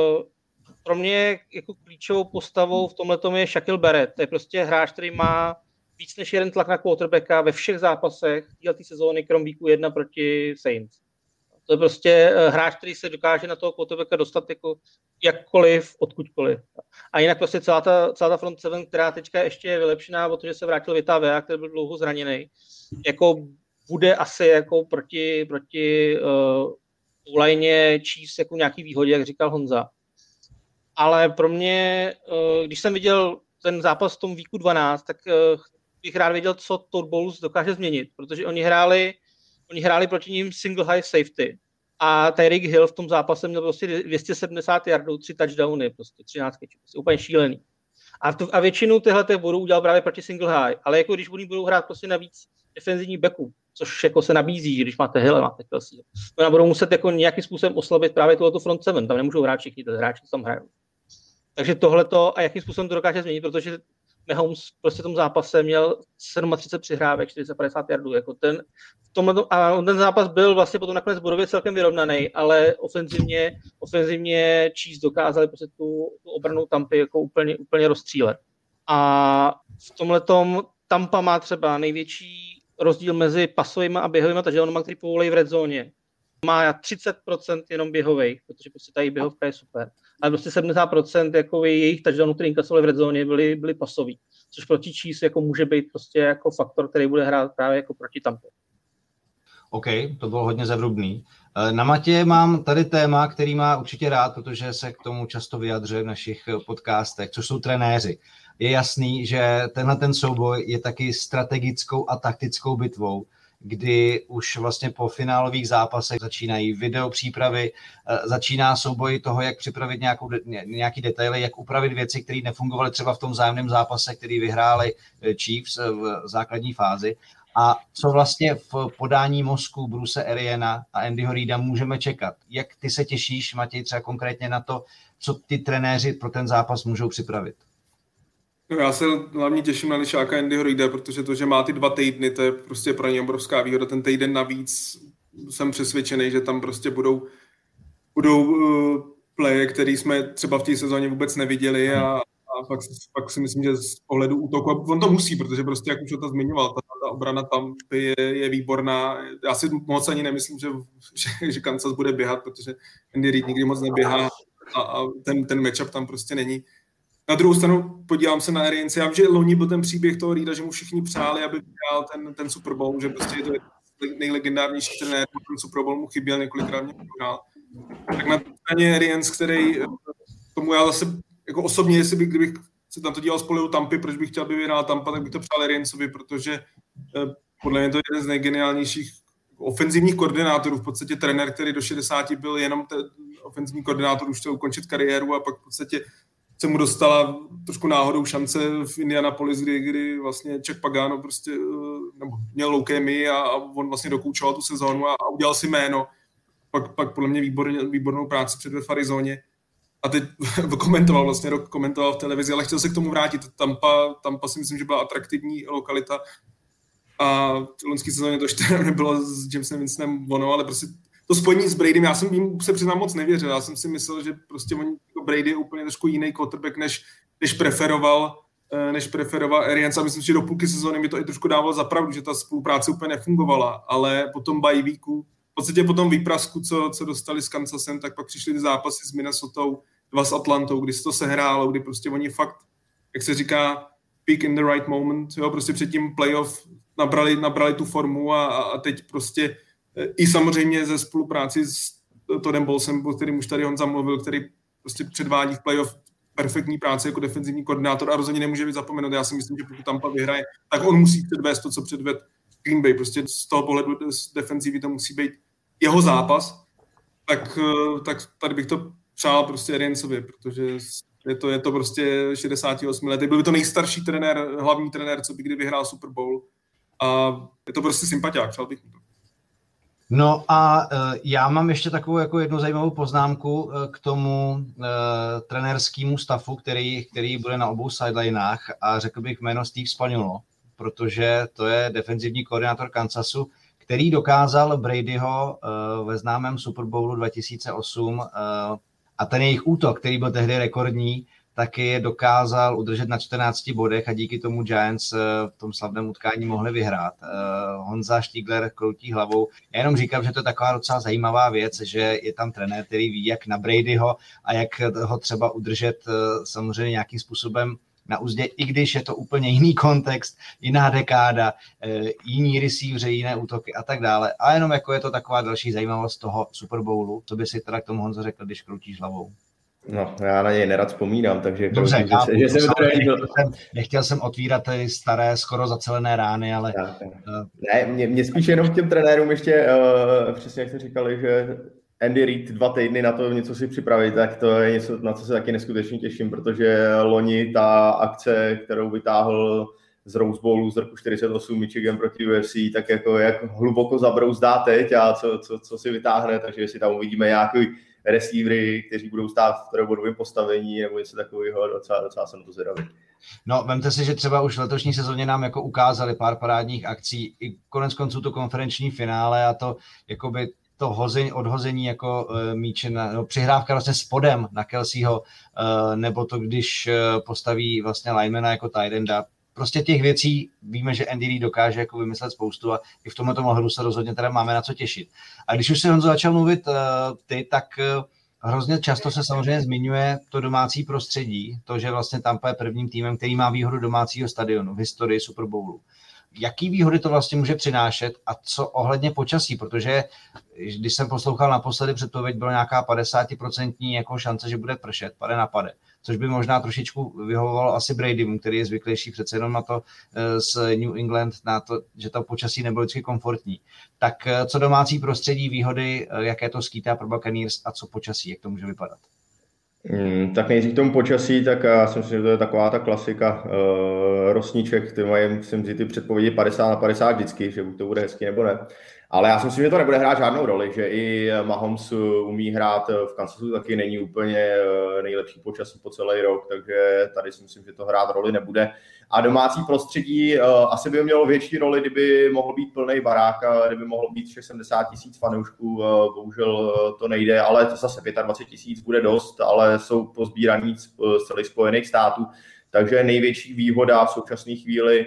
pro mě jako klíčovou postavou v tomhletom je Shaquille Barrett. To je prostě hráč, který má víc než jeden tlak na quarterbacka ve všech zápasech této sezóny, krom weeku 1 proti Saints. To je prostě hráč, který se dokáže na toho quarterbacka dostat jako jakkoliv, odkudkoliv. A jinak prostě celá ta front seven, která teďka ještě je vylepšená, protože se vrátil Vitavea, který byl dlouho zraněný, jako bude asi jako proti line Chiefs jako nějaký výhodě, jak říkal Honza. Ale pro mě, když jsem viděl ten zápas v tom weeku 12, tak bych rád věděl, co Todd Bowles dokáže změnit, protože oni hráli proti ním single high safety a Tyreek Hill v tom zápase měl prostě 270 yardů, 3 touchdowny, prostě 13 catchů, prostě úplně šílený. A většinu těchto bodů udělal právě proti single high, ale jako když oni budou hrát prostě navíc defenzivní backů, což jako se nabízí, když máte Hill, máte Kelsey. Oni budou muset jako nějakým způsobem oslabit právě tohleto front seven, tam nemůžou hrát všichni, hráči tam hrajou. Takže tohleto a jakým způsobem to dokáže změnit, protože Mahomes prostě v tom zápase měl 37 přihrávek, 450 yardů, jako ten ten zápas byl vlastně potom nakonec bodově celkem vyrovnaný, ale ofenzivně Chiefs dokázali prostě tu obranu Tampy jako úplně rozstřílet. A v tomhletom Tampa má třeba největší rozdíl mezi pasovými a běhovými touchdownama, který povolí v red zóně. Má 30% jenom běhových, protože prostě ta jejich běhovka je super. Ale prostě 70% jako jejich touchdownů, který inkasovali v red zóně, byly pasový. Což proti Chiefs jako může být prostě jako faktor, který bude hrát právě jako proti Tampě. OK, to bylo hodně zevrubný. Na Matě mám tady téma, který má určitě rád, protože se k tomu často vyjadřuje v našich podcastech, což jsou trenéři. Je jasný, že ten souboj je taky strategickou a taktickou bitvou, kdy už vlastně po finálových zápasech začínají videopřípravy, začíná souboj toho, jak připravit nějaký detaily, jak upravit věci, které nefungovaly třeba v tom vzájemném zápase, který vyhráli Chiefs v základní fázi. A co vlastně v podání mozku Bruce Ariana a Andyho Reida můžeme čekat? Jak ty se těšíš, Matěj, třeba konkrétně na to, co ty trenéři pro ten zápas můžou připravit? No, já se hlavně těším na lišáka Andyho Reida, protože to, že má ty 2 týdny, to je prostě pro ně obrovská výhoda. Ten týden navíc jsem přesvědčený, že tam prostě budou playe, který jsme třeba v té sezóně vůbec neviděli a pak si myslím, že z pohledu útoku, on to musí, protože prostě, jak už to zmiňoval, ta obrana tam je výborná. Já si moc ani nemyslím, že Kansas bude běhat, protože Andy Reid nikdy moc neběhá a ten matchup tam prostě není. Na druhou stranu podívám se na Arians. Já vím, že loni byl ten příběh toho Reida, že mu všichni přáli, aby vyhrál ten Super Bowl, že prostě je to nejlegendárnější trenér, ten Super Bowl mu chyběl, několikrát mě vyhrál. Tak na straně Arians, který tomu já zase jako osobně, kdybych se tam to dělal z pohledu Tampy, proč bych chtěl, aby vyhrál Tampa, tak bych to přál Ariansovi, protože podle mě to je jeden z nejgeniálnějších ofenzivních koordinátorů, v podstatě trenér, který do 60 byl jenom ten ofenzivní koordinátor, už chtěl ukončit kariéru a pak v podstatě se mu dostala trošku náhodou šance v Indianapolis, kdy vlastně Chuck Pagano prostě nebo měl leukémii a on vlastně dokoučoval tu sezónu a udělal si jméno. Pak podle mě výbornou práci předvedl v Arizoně. A teď komentoval v televizi, ale chtěl se k tomu vrátit. Tampa si myslím, že byla atraktivní lokalita a v loňské sezóně to ještě nebylo s Jamesem Winstonem ono, ale prostě to spojení s Bradym, já jsem jim se přiznám moc nevěřil. Já jsem si myslel, že prostě Brady je úplně trošku jiný quarterback, než preferoval Arians. A myslím, že do půlky sezóny mi to i trošku dávalo za pravdu, že ta spolupráce úplně nefungovala, ale potom bye weeku, v podstatě po tom výprasku, co dostali s Kansasem, tak pak přišly ty zápasy s Minnesotou, 2 s Atlantou, kdy se to sehrálo, kdy prostě oni fakt, jak se říká, peak in the right moment, jo, prostě před tím playoff nabrali tu formu a teď prostě i samozřejmě ze spolupráci s Toddem Bowlesem, o kterým už tady Honza mluvil, který prostě předvádí v playoff perfektní práci jako defenzivní koordinátor a rozhodně nemůže být zapomenout. Já si myslím, že pokud Tampa vyhraje, tak on musí předvést to, co předved Green Bay. Prostě z toho pohledu z defenzivy to musí být jeho zápas. Tak tady bych to přál prostě Ariansovi, protože je to prostě 68 let. Byl by to nejstarší trenér, hlavní trenér, co by kdy vyhrál Super Bowl. A je to prostě sympatiák, přál bych mu to. No a já mám ještě takovou jako jednu zajímavou poznámku k tomu trenérskému stafu, který bude na obou sidelinách a řekl bych jméno Steve Spagnuolo, protože to je defenzivní koordinátor Kansasu, který dokázal Bradyho ve známém Super Bowlu 2008 a ten jejich útok, který byl tehdy rekordní, taky je dokázal udržet na 14 bodech a díky tomu Giants v tom slavném utkání mohli vyhrát. Honza Štígler kroutí hlavou. Já jenom říkám, že to je taková docela zajímavá věc, že je tam trenér, který ví, jak na Bradyho a jak ho třeba udržet samozřejmě nějakým způsobem na úzdě, i když je to úplně jiný kontext, jiná dekáda, jiní receivři, jiné útoky a tak dále. A jenom jako je to taková další zajímavost toho Super Bowlu. Co by si teda k tomu Honzo řekl, když kroutíš hlavou? No, já na něj nerad vzpomínám, takže dobře, nechtěl jsem otvírat ty staré, skoro zacelené rány, ale... Ne, mě spíš jenom k těm trenérům ještě, přesně jak jste říkali, že Andy Reid 2 týdny na to něco si připravit, tak to je něco, na co se taky neskutečně těším, protože loni ta akce, kterou vytáhl z Rose Bowlu z roku 48 Michigan proti UFC, tak jako jak hluboko zabrouzdá teď a co si vytáhne, takže jestli tam uvidíme nějaký receivery, kteří budou stát v trojbodovém postavení nebo něco takového, docela jsem to zvědavý. No, vemte si, že třeba už v letošní sezóně nám jako ukázali pár parádních akcí, i konec konců to konferenční finále a to jakoby to odhození jako míče, přihrávka vlastně spodem na Kelseyho, nebo to, když postaví vlastně linemana jako tight enda. Prostě těch věcí víme, že Andy Reid dokáže jako vymyslet spoustu a i v tomto ohledu se rozhodně teda máme na co těšit. A když už se Honzo začal mluvit ty, tak hrozně často se samozřejmě zmiňuje to domácí prostředí, to, že vlastně Tampa je prvním týmem, který má výhodu domácího stadionu v historii Super Bowlu. Jaký výhody to vlastně může přinášet a co ohledně počasí, protože když jsem poslouchal naposledy předpověď, bylo nějaká 50% jako šance, že bude pršet, pade na pade, což by možná trošičku vyhovovalo asi Bradymu, který je zvyklejší přece jenom na to z New England, na to, že to počasí nebylo vždycky komfortní. Tak co domácí prostředí, výhody, jaké to skýtá pro Buccaneers a co počasí, jak to může vypadat? Tak nejdřív k tomu počasí, tak já si myslím, že to je taková ta klasika rosníček, ty mají, myslím si, ty předpovědi 50/50 vždycky, že buď to bude hezky nebo ne. Ale já si myslím, že to nebude hrát žádnou roli, že i Mahomes umí hrát v Kansasu, taky není úplně nejlepší počasí po celý rok, takže tady si myslím, že to hrát roli nebude. A domácí prostředí asi by mělo větší roli, kdyby mohl být plný barák, kdyby mohlo být 70 000 fanoušků, bohužel to nejde, ale to zase 25 000 bude dost, ale jsou pozbíraní z celých Spojených států, takže největší výhoda v současné chvíli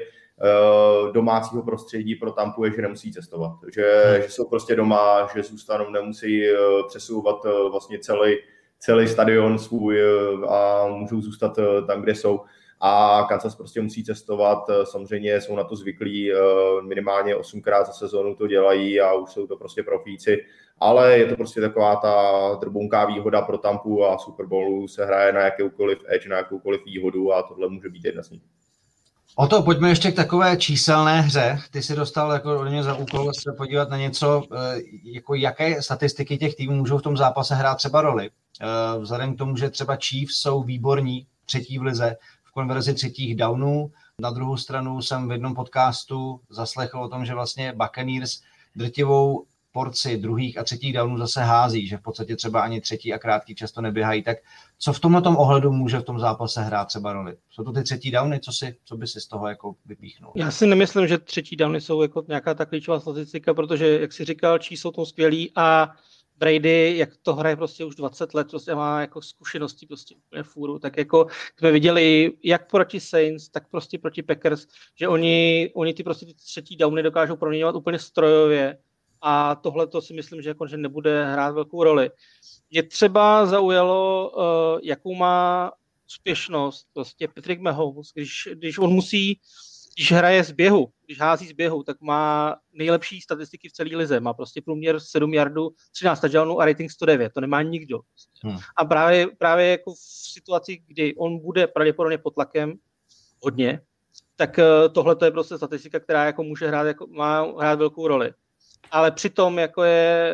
domácího prostředí pro Tampu je, že nemusí cestovat, že jsou prostě doma, že zůstanou, nemusí přesouvat vlastně celý stadion svůj a můžou zůstat tam, kde jsou. A Kansas prostě musí cestovat, samozřejmě jsou na to zvyklí, minimálně 8krát za sezonu to dělají a už jsou to prostě profíci, ale je to prostě taková ta drbunká výhoda pro Tampu a Super Bowlu se hraje na jakoukoliv edge, na jakoukoliv výhodu a tohle může být jedna z nich. O to pojďme ještě k takové číselné hře. Ty jsi dostal jako od mě za úkol se podívat na něco, jako jaké statistiky těch týmů můžou v tom zápase hrát třeba roli. Vzhledem k tomu, že třeba Chiefs jsou výborní, třetí v lize, v konverzi třetích downů. Na druhou stranu jsem v jednom podcastu zaslechl o tom, že vlastně Buccaneers drtivou porci druhých a třetích downů zase hází, že v podstatě třeba ani třetí a krátký často neběhají. Tak co v tomto ohledu může v tom zápase hrát třeba roli? Jsou to ty třetí downy, co by si z toho jako vypíchnul? Já si nemyslím, že třetí downy jsou jako nějaká ta klíčová statistika, protože, jak jsi říkal, jsou to skvělí a Brady, jak to hraje prostě už 20 let, prostě má jako zkušenosti prostě úplně fůru, tak jako jsme viděli jak proti Saints, tak prostě proti Packers, že oni ty prostě ty třetí downy dokážou proměňovat úplně strojově a tohle to si myslím, že nebude hrát velkou roli. Mě třeba zaujalo, jakou má úspěšnost prostě Patrick Mahomes, když on musí, když hraje z běhu, když hází z běhu, tak má nejlepší statistiky v celé lize. Má prostě průměr 7 yardů, 13 touchdownů a rating 109. To nemá nikdo. A právě jako v situaci, kdy on bude pravděpodobně pod tlakem hodně, tak tohle to je prostě statistika, která jako může hrát, jako má hrát velkou roli. Ale přitom jako je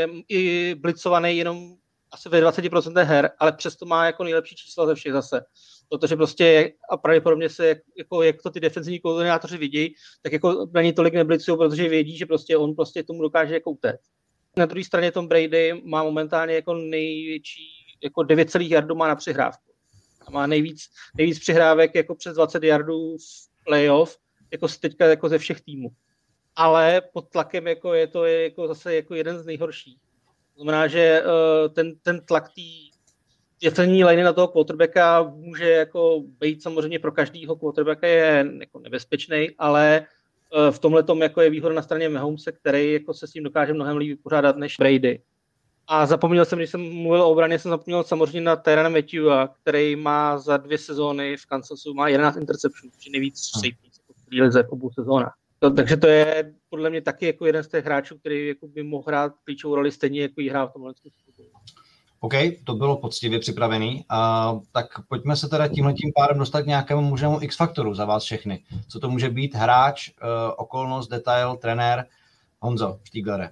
i blitzovaný jenom asi ve 20% her, ale přesto má jako nejlepší čísla ze všech zase. Protože prostě a pravděpodobně se, jako, jak to ty defenzivní koordinátoři vidí, tak jako na něj tolik neblicují, protože vědí, že prostě on prostě tomu dokáže jako utéct. Na druhé straně Tom Brady má momentálně jako největší, jako 9 celých yardů má na přihrávku. A má nejvíc přihrávek jako přes 20 yardů v playoff, jako teďka jako ze všech týmů. Ale pod tlakem jako je to jako zase jako jeden z nejhorších. To znamená, že ten tlak defenzivní liney na toho quarterbacka může jako být samozřejmě pro každého quarterbacka je jako nebezpečný, ale v tomhletom jako je výhoda na straně Mahomese, který jako se s tím dokáže mnohem líp vypořádat než Brady. A zapomněl jsem, když jsem mluvil o obraně, jsem zapomněl samozřejmě na Tyrana Matthewa, který má za 2 sezóny v Kansasu má 11 interceptionů, či nejvíc safeties v obou sezónách. Takže to je podle mě taky jako jeden z těch hráčů, který jako by mohl hrát klíčovou roli stejně, jako ji hrál v tomhle způsobu. OK, to bylo poctivě připravený. Tak pojďme se teda tímhletím pádem dostat k nějakému možnému X-faktoru za vás všechny. Co to může být? Hráč, okolnost, detail, trenér? Honzo, Štíglere.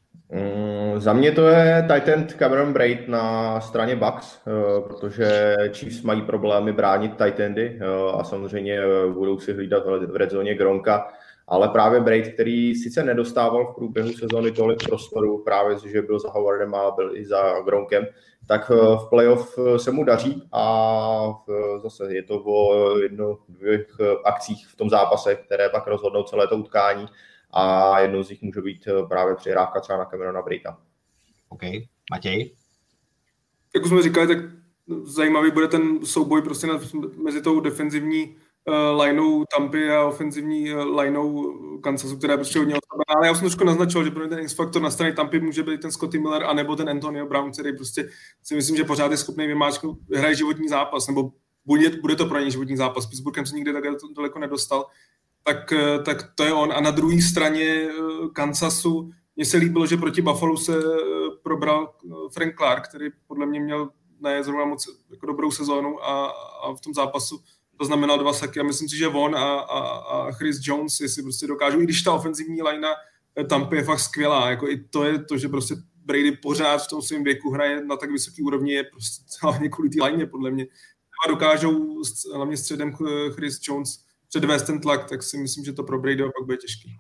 Za mě to je tight end Cameron Braid na straně Bucks, protože Chiefs mají problémy bránit tight endy a samozřejmě budou si hlídat v redzóně Gronka ale právě Brady, který sice nedostával v průběhu sezóny tolik prostoru, právě že byl za Howardem a byl i za Gronkem, tak v playoff se mu daří a zase je to o 1-2 akcích v tom zápase, které pak rozhodnou celé to utkání a jednou z nich může být právě přihrávka třeba na Camerona Bradya. OK. Matěj? Jak už jsme říkali, tak zajímavý bude ten souboj prostě mezi tou defenzivní lineou Tampy a ofenzivní lineou Kansasu, která je prostě hodně oslabená. Ale já jsem trošku naznačil, že pro mě ten X-faktor na straně Tampy může být ten Scotty Miller anebo ten Antonio Brown, který prostě si myslím, že pořád je schopný vymáčknout, hraje životní zápas, nebo bude to pro něj životní zápas. S Pittsburghem se nikdy tak daleko nedostal. Tak to je on. A na druhé straně Kansasu mně se líbilo, že proti Buffalo se probral Frank Clark, který podle mě měl ne zrovna moc jako dobrou sezónu a v tom zápasu to znamenalo 2 saky a myslím si, že on a Chris Jones, jestli prostě dokážou, i když ta ofenzivní linea Tampy je fakt skvělá, jako i to je to, že prostě Brady pořád v tom svém věku hraje na tak vysoký úrovni, je prostě hlavně kvůli té lině, podle mě. A dokážou hlavně středem Chris Jones předvést ten tlak, tak si myslím, že to pro Brady pak bude těžký.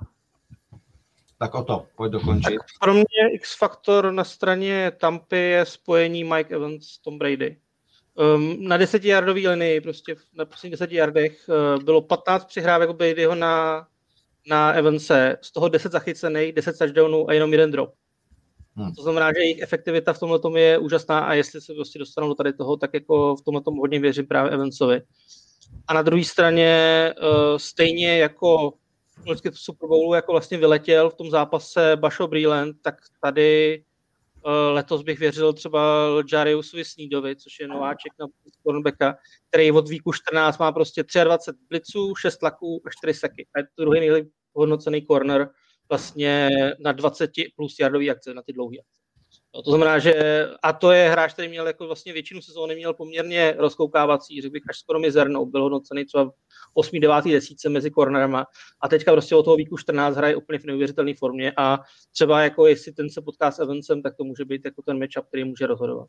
Tak o to, pojď dokončit. Tak pro mě X-faktor na straně Tampy je spojení Mike Evans, Tom Brady. Na 10-yardové linii, prostě na posledních 10 yardech bylo 15 přihrávek od Bradyho na Evanse, z toho 10 zachycených, 10 touchdownů a jenom 1 drop. To znamená, že jejich efektivita v tomhle je úžasná a jestli se prostě dostanou do tady toho, tak jako v tomhle hodně věřím právě Evansovi. A na druhé straně stejně jako vždycky v Super Bowlu jako vlastně vyletěl v tom zápase Basho Breeland, tak tady letos bych věřil třeba Jariusovi Sneadovi, což je nováček na cornerbacka, který od weeku 14 má prostě 23 blitzů, 6 tlaků a 4 saky. A je to druhý nejlepší hodnocený corner vlastně na 20 plus yardový akce, na ty dlouhé akce. To znamená, že a to je hráč, který měl jako vlastně většinu sezóny měl poměrně rozkoukávací, řekl bych až skoro mizernou, byl hodnocený třeba 8., 9., 10. mezi cornerama a teďka prostě od toho weeku 14 hraje úplně v neuvěřitelné formě a třeba jako jestli ten se potká s Evansem, tak to může být jako ten matchup, který může rozhodovat.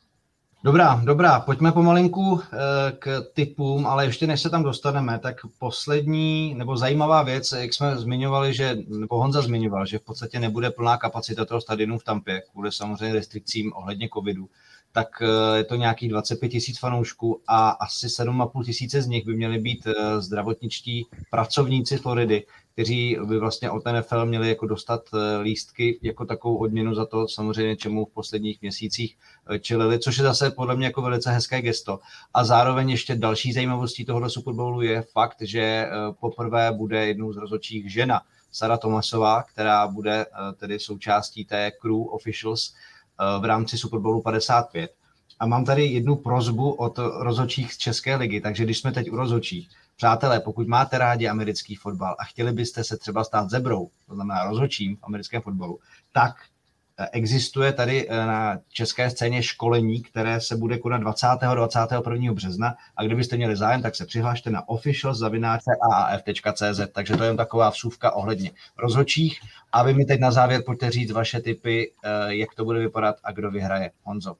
Dobrá, pojďme pomalinku k tipům, ale ještě než se tam dostaneme, tak poslední nebo zajímavá věc, jak jsme zmiňovali, nebo Honza zmiňoval, že v podstatě nebude plná kapacita toho stadionu v Tampě, kvůli samozřejmě restrikcím ohledně covidu, tak je to nějakých 25 000 fanoušků a asi 7 500 z nich by měli být zdravotničtí pracovníci Floridy, kteří by vlastně od NFL měli jako dostat lístky jako takovou odměnu za to samozřejmě, čemu v posledních měsících čelili, což je zase podle mě jako velice hezké gesto. A zároveň ještě další zajímavostí tohoto Super Bowlu je fakt, že poprvé bude jednou z rozhodčích žena, Sarah Thomasová, která bude tedy součástí té crew officials v rámci Super Bowlu 55. A mám tady jednu prosbu od rozhodčích z České ligy, takže když jsme teď u rozhodčích, přátelé, pokud máte rádi americký fotbal a chtěli byste se třeba stát zebrou, to znamená rozhodčím v americkém fotbalu, tak existuje tady na české scéně školení, které se bude konat 20. 21. března a kdybyste měli zájem, tak se přihlašte na officials@aaf.cz, takže to je jen taková vsuvka ohledně rozhodčích a vy mi teď na závěr pojďte říct vaše tipy, jak to bude vypadat a kdo vyhraje. Honzo.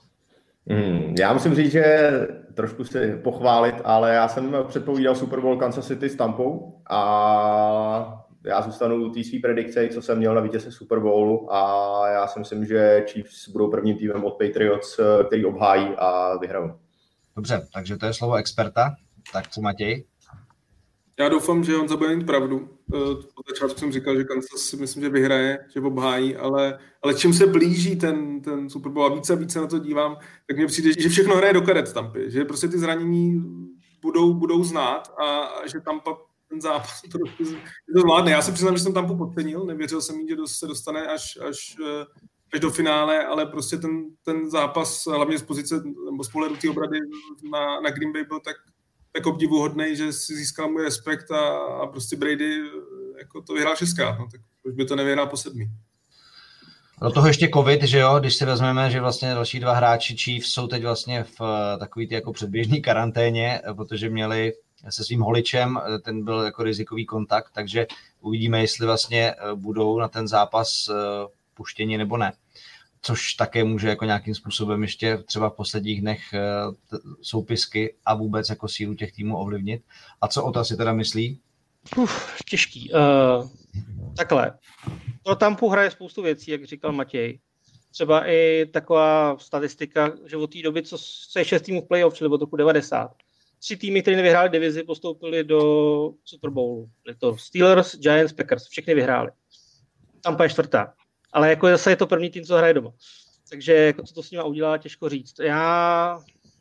Já musím říct, že trošku si pochválit, ale já jsem předpovídal Super Bowl Kansas City s Tampou a já zůstanu u té svý predikce, co jsem měl na vítěze Super Bowlu a já si myslím, že Chiefs budou prvním týmem od Patriots, který obhájí a vyhrajou. Dobře, takže to je slovo experta. Tak co Matěj? Já doufám, že on bude mít pravdu. Od začátku jsem říkal, že Kansas si myslím, že vyhraje, že obhájí, ale čím se blíží ten Super Bowl a více na to dívám, tak mně přijde, že všechno hraje do karet Tampy, že prostě ty zranění budou znát a že Tampa ten zápas to zvládne. Já se přiznám, že jsem Tampu podcenil, nevěřil jsem jí, že se dostane až do finále, ale prostě ten zápas, hlavně z pozice nebo z pohledu té obrany na Green Bay byl tak obdivuhodnej, že si získal můj respekt a prostě Brady jako to vyhrál 6krát, no, tak už by to nevyhrál po 7. Do toho ještě covid, že jo, když si vezmeme, že vlastně další 2 hráči Chiefs jsou teď vlastně v takový ty jako předběžný karanténě, protože měli se svým holičem, ten byl jako rizikový kontakt, takže uvidíme, jestli vlastně budou na ten zápas puštěni nebo ne. Což také může jako nějakým způsobem ještě třeba v posledních dnech soupisky a vůbec jako sílu těch týmů ovlivnit. A co Ota si teda myslí? Těžký. Takhle. Pro Tampu hraje spoustu věcí, jak říkal Matěj. Třeba i taková statistika, že od té doby, co je 6 týmů v playoff, čili od roku 90, 3 týmy, které nevyhrály divizi, postoupily do Super Bowlu. Byly to Steelers, Giants, Packers. Všechny vyhráli. Tampa je 4. Ale jako zase je to první tým, co hraje doma. Takže jako co to s nima udělá, těžko říct. Já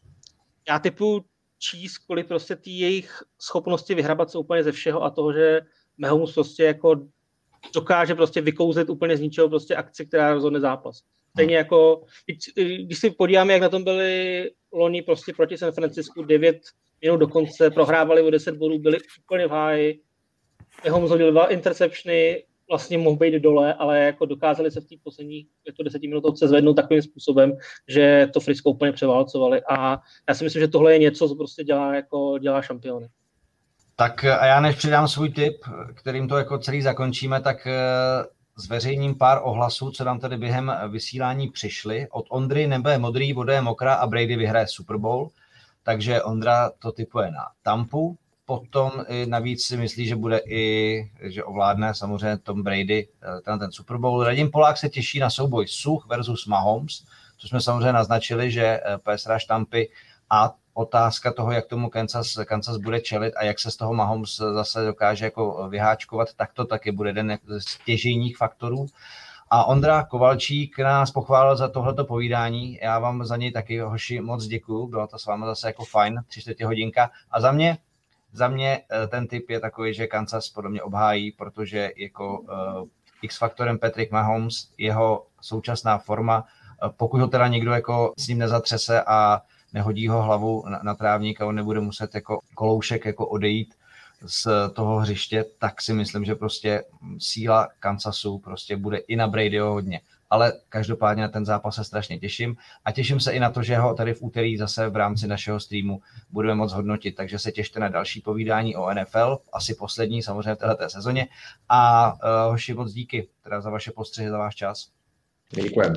typu Chiefs kvůli prostě té jejich schopnosti vyhrabat se úplně ze všeho a toho, že Mahomes prostě jako dokáže prostě vykouzlit úplně z ničeho prostě akci, která rozhodne zápas. Stejně jako, když si podíváme, jak na tom byli loni prostě proti San Francisku 9 minut do konce, prohrávali o 10 bodů, byli úplně v háji, Mahomes hodil 2 interceptiony, vlastně mohl být dole, ale jako dokázali se v té poslední 10 minutovce zvednout takovým způsobem, že to Frisco úplně převálcovali a já si myslím, že tohle je něco, co prostě dělá šampiony. Tak a já než přidám svůj tip, kterým to jako celý zakončíme, tak zveřejním pár ohlasů, co nám tady během vysílání přišly. Od Ondry nebe je modrý, voda je mokrá a Brady vyhraje Super Bowl, takže Ondra to tipuje na Tampu. Potom navíc si myslí, že bude že ovládne samozřejmě Tom Brady ten Super Bowl. Radim Polák se těší na souboj Such versus Mahomes, což jsme samozřejmě naznačili, že pass rush Tampy a otázka toho, jak tomu Kansas bude čelit a jak se z toho Mahomes zase dokáže jako vyháčkovat, tak to taky bude jeden z stěžejních faktorů. A Ondra Kovalčík nás pochválil za tohleto povídání. Já vám za něj taky, hoši, moc děkuju. Bylo to s vámi zase jako fajn, 3/4 hodinka. A za mě ten tip je takový, že Kansas podle mě obhájí, protože jako X-faktorem Patrick Mahomes, jeho současná forma, pokud ho teda někdo jako s ním nezatřese a nehodí ho hlavu na trávník a on nebude muset jako koloušek jako odejít z toho hřiště, tak si myslím, že prostě síla Kansasu prostě bude i na Bradyho hodně. Ale každopádně na ten zápas se strašně těším a těším se i na to, že ho tady v úterý zase v rámci našeho streamu budeme moc hodnotit, takže se těšte na další povídání o NFL, asi poslední samozřejmě v této sezóně a hoši moc díky teda za vaše postřehy, za váš čas. Děkujeme.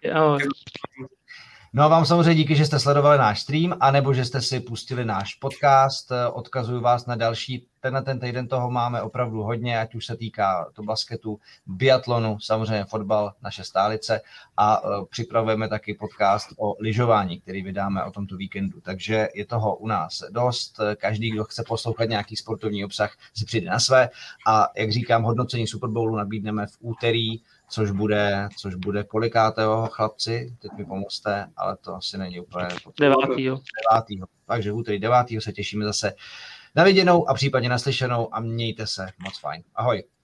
No a vám samozřejmě díky, že jste sledovali náš stream, anebo že jste si pustili náš podcast. Odkazuju vás na další. Ten týden toho máme opravdu hodně, ať už se týká to basketu, biatlonu, samozřejmě fotbal, naše stálice a připravujeme taky podcast o lyžování, který vydáme o tomto víkendu. Takže je toho u nás dost. Každý, kdo chce poslouchat nějaký sportovní obsah, si přijde na své. A jak říkám, hodnocení Super Bowlu nabídneme v úterý, což bude kolikátého, chlapci, teď mi pomozte, ale to asi není úplně... 9. Takže v úterý 9. se těšíme zase na viděnou a případně naslyšenou a mějte se moc fajn. Ahoj.